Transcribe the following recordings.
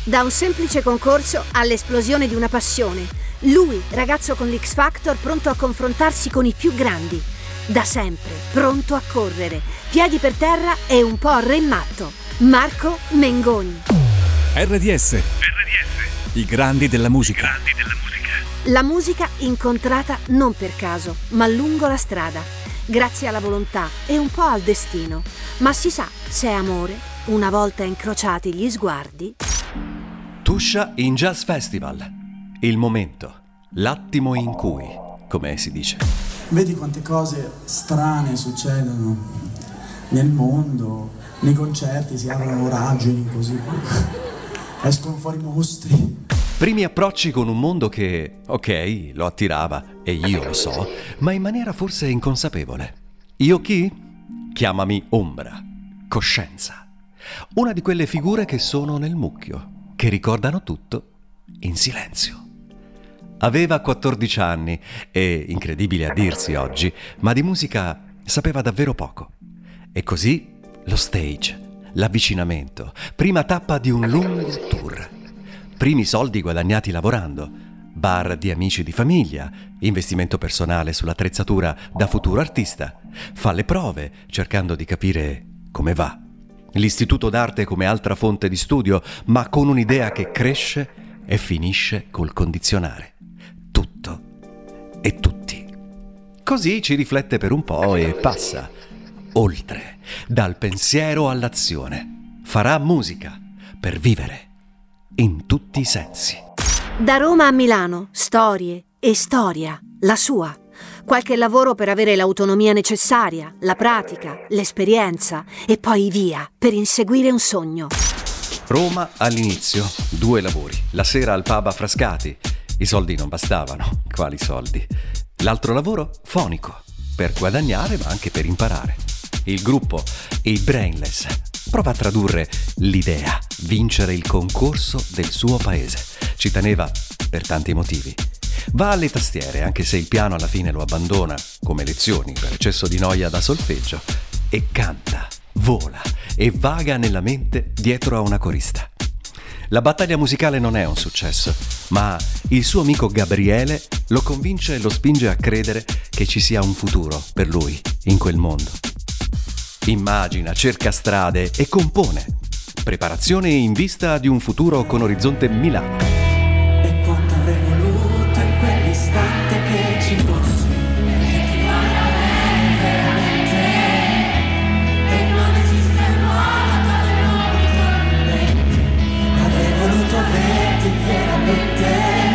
Da un semplice concorso all'esplosione di una passione. Lui, ragazzo con l'X Factor, pronto a confrontarsi con i più grandi. Da sempre, pronto a correre, piedi per terra e un po' re matto. Marco Mengoni. RDS. I grandi della musica. La musica incontrata non per caso, ma lungo la strada, grazie alla volontà e un po' al destino. Ma si sa, se è amore, una volta incrociati gli sguardi. Tuscia in Jazz Festival. Il momento, l'attimo in cui, come si dice. Vedi quante cose strane succedono nel mondo, nei concerti si aprono voragini così, escono fuori mostri. Primi approcci con un mondo che, ok, lo attirava, e io lo so, ma in maniera forse inconsapevole. Io chi? Chiamami ombra, coscienza. Una di quelle figure che sono nel mucchio, che ricordano tutto in silenzio. Aveva 14 anni e, incredibile a dirsi oggi, ma di musica sapeva davvero poco. E così lo stage, l'avvicinamento, prima tappa di un lungo tour. Primi soldi guadagnati lavorando, bar di amici di famiglia, investimento personale sull'attrezzatura da futuro artista. Fa le prove cercando di capire come va. L'istituto d'arte come altra fonte di studio, ma con un'idea che cresce e finisce col condizionare. Tutto e tutti. Così ci riflette per un po' e passa. Oltre, dal pensiero all'azione. Farà musica per vivere. In tutti i sensi. Da Roma a Milano, storie e storia, la sua. Qualche lavoro per avere l'autonomia necessaria, la pratica, l'esperienza e poi via per inseguire un sogno. Roma all'inizio, 2 lavori. La sera al pub a Frascati. I soldi non bastavano. Quali soldi? L'altro lavoro, fonico. Per guadagnare ma anche per imparare. Il gruppo, i Brainless. Prova a tradurre l'idea, vincere il concorso del suo paese. Ci teneva per tanti motivi. Va alle tastiere, anche se il piano alla fine lo abbandona, come lezioni per eccesso di noia da solfeggio, e canta, vola e vaga nella mente dietro a una corista. La battaglia musicale non è un successo, ma il suo amico Gabriele lo convince e lo spinge a credere che ci sia un futuro per lui in quel mondo. Immagina, cerca strade e compone. Preparazione in vista di un futuro con orizzonte Milano. E quanto avrei voluto in quell'istante che ci fossi veramente. E non esiste modo per non ritornare. Avrei voluto averti veramente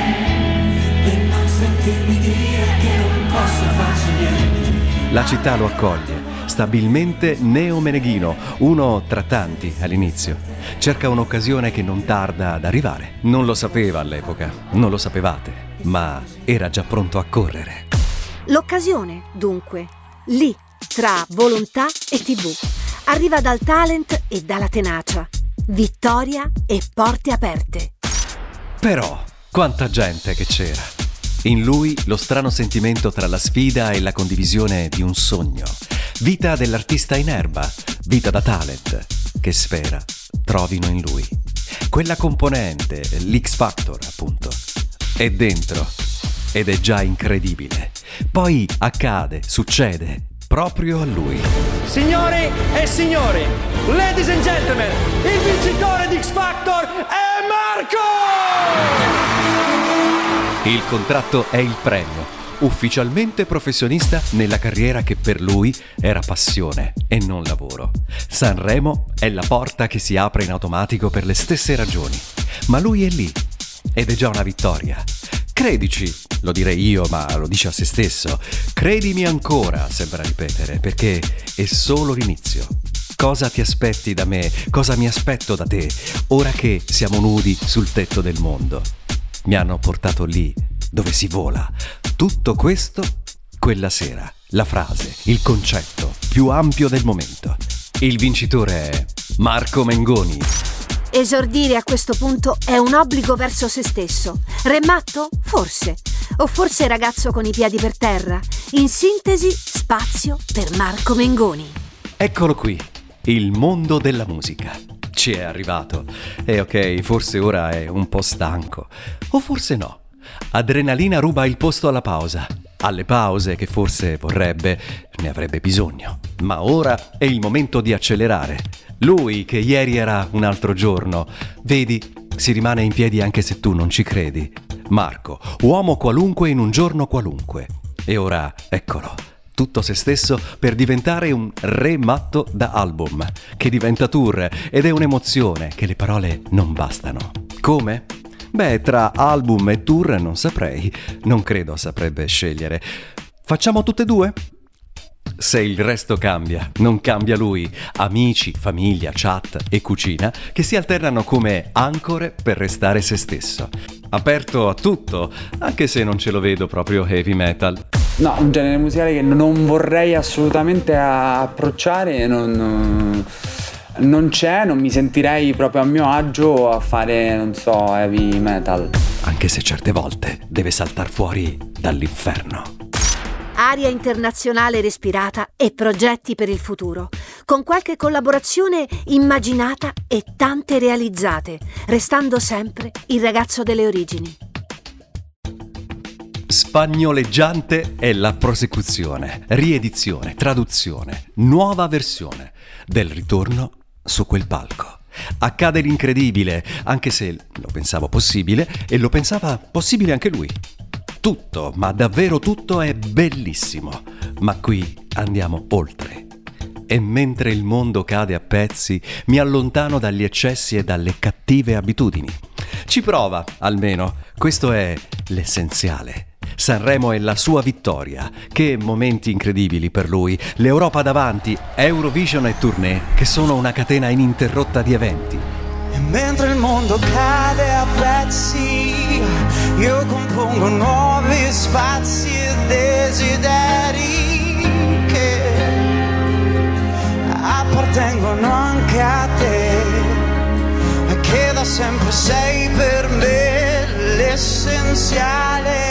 e non sentirmi dire che non posso farci niente. La città lo accoglie. Stabilmente neomeneghino, uno tra tanti all'inizio. Cerca un'occasione che non tarda ad arrivare. Non lo sapeva all'epoca, non lo sapevate, ma era già pronto a correre. L'occasione, dunque, lì, tra volontà e TV. Arriva dal talent e dalla tenacia. Vittoria e porte aperte. Però, quanta gente che c'era. In lui lo strano sentimento tra la sfida e la condivisione di un sogno. Vita dell'artista in erba, vita da talent, che spera trovino in lui. Quella componente, l'X Factor appunto, è dentro ed è già incredibile. Poi accade, succede, proprio a lui. Signori e signori, ladies and gentlemen, il vincitore di X Factor è Marco! Il contratto è il premio. Ufficialmente professionista nella carriera che per lui era passione e non lavoro. Sanremo è la porta che si apre in automatico per le stesse ragioni. Ma lui è lì ed è già una vittoria. Credici, lo direi io, ma lo dice a se stesso. Credimi ancora, sembra ripetere, perché è solo l'inizio. Cosa ti aspetti da me? Cosa mi aspetto da te? Ora che siamo nudi sul tetto del mondo. Mi hanno portato lì, dove si vola. Tutto questo, quella sera. La frase, il concetto più ampio del momento. Il vincitore è Marco Mengoni. Esordire a questo punto è un obbligo verso se stesso. Re matto? Forse. O forse ragazzo con i piedi per terra. In sintesi, spazio per Marco Mengoni. Eccolo qui, il mondo della musica. Ci è arrivato. E ok, forse ora è un po' stanco. O forse no. Adrenalina ruba il posto alla pausa. Alle pause che forse vorrebbe, ne avrebbe bisogno. Ma ora è il momento di accelerare. Lui, che ieri era un altro giorno, vedi, si rimane in piedi anche se tu non ci credi. Marco, uomo qualunque in un giorno qualunque. E ora, eccolo, tutto se stesso per diventare un re matto da album, che diventa tour ed è un'emozione che le parole non bastano. Come? Beh, tra album e tour non saprei, non credo saprebbe scegliere. Facciamo tutte e due? Se il resto cambia, non cambia lui. Amici, famiglia, chat e cucina che si alternano come ancore per restare se stesso. Aperto a tutto, anche se non ce lo vedo proprio heavy metal. No, un genere musicale che non vorrei assolutamente approcciare, non c'è, non mi sentirei proprio a mio agio a fare, non so, heavy metal. Anche se certe volte deve saltar fuori dall'inferno. Aria internazionale respirata e progetti per il futuro, con qualche collaborazione immaginata e tante realizzate, restando sempre il ragazzo delle origini. Spagnoleggiante è la prosecuzione, riedizione, traduzione, nuova versione del ritorno su quel palco. Accade l'incredibile, anche se lo pensavo possibile e lo pensava possibile anche lui. Tutto, ma davvero tutto è bellissimo, ma qui andiamo oltre. E mentre il mondo cade a pezzi, mi allontano dagli eccessi e dalle cattive abitudini. Ci prova, almeno, questo è l'essenziale. Sanremo è la sua vittoria, che momenti incredibili per lui, l'Europa davanti, Eurovision e tournée, che sono una catena ininterrotta di eventi. E mentre il mondo cade a pezzi, io compongo nuovi spazi e desideri che appartengono anche a te, e che da sempre sei per me l'essenziale.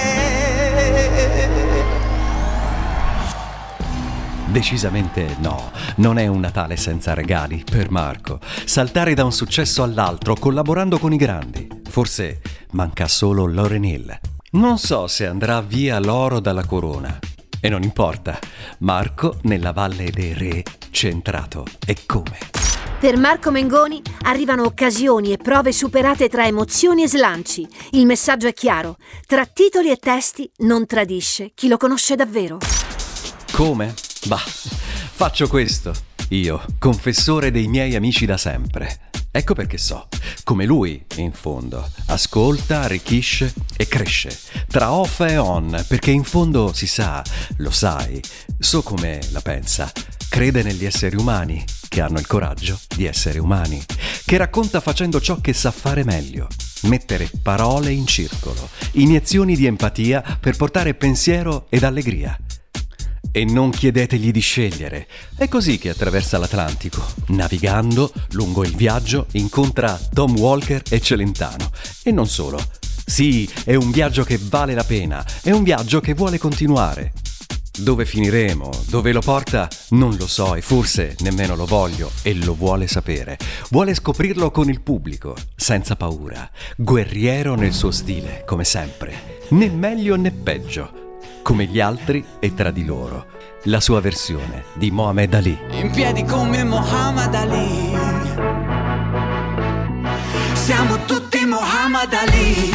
Decisamente no, non è un Natale senza regali per Marco. Saltare da un successo all'altro collaborando con i grandi. Forse manca solo Lauryn Hill. Non so se andrà via l'oro dalla corona. E non importa, Marco nella Valle dei Re c'è entrato. E come? Per Marco Mengoni arrivano occasioni e prove superate tra emozioni e slanci. Il messaggio è chiaro: tra titoli e testi non tradisce chi lo conosce davvero. Come? Bah, faccio questo. Io, confessore dei miei amici da sempre. Ecco perché so, come lui, in fondo, ascolta, arricchisce e cresce, tra off e on, perché in fondo si sa, lo sai, so come la pensa, crede negli esseri umani, che hanno il coraggio di essere umani, che racconta facendo ciò che sa fare meglio, mettere parole in circolo, iniezioni di empatia per portare pensiero ed allegria. E non chiedetegli di scegliere. È così che attraversa l'Atlantico. Navigando lungo il viaggio incontra Tom Walker e Celentano. E non solo. Sì, è un viaggio che vale la pena. È un viaggio che vuole continuare. Dove finiremo, dove lo porta, non lo so e forse nemmeno lo voglio e lo vuole sapere. Vuole scoprirlo con il pubblico, senza paura. Guerriero nel suo stile, come sempre. Né meglio né peggio. Come gli altri e tra di loro, la sua versione di Muhammad Ali. In piedi come Muhammad Ali, siamo tutti Muhammad Ali.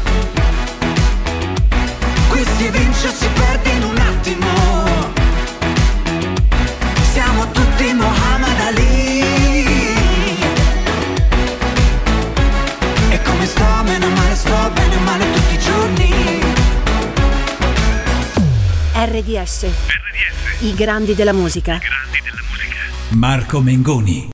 Qui si vince o si perde in un attimo, siamo tutti Muhammad Ali. E come sto, meno male sto, bene o male tutti i giorni. RDS. I grandi della musica. Marco Mengoni.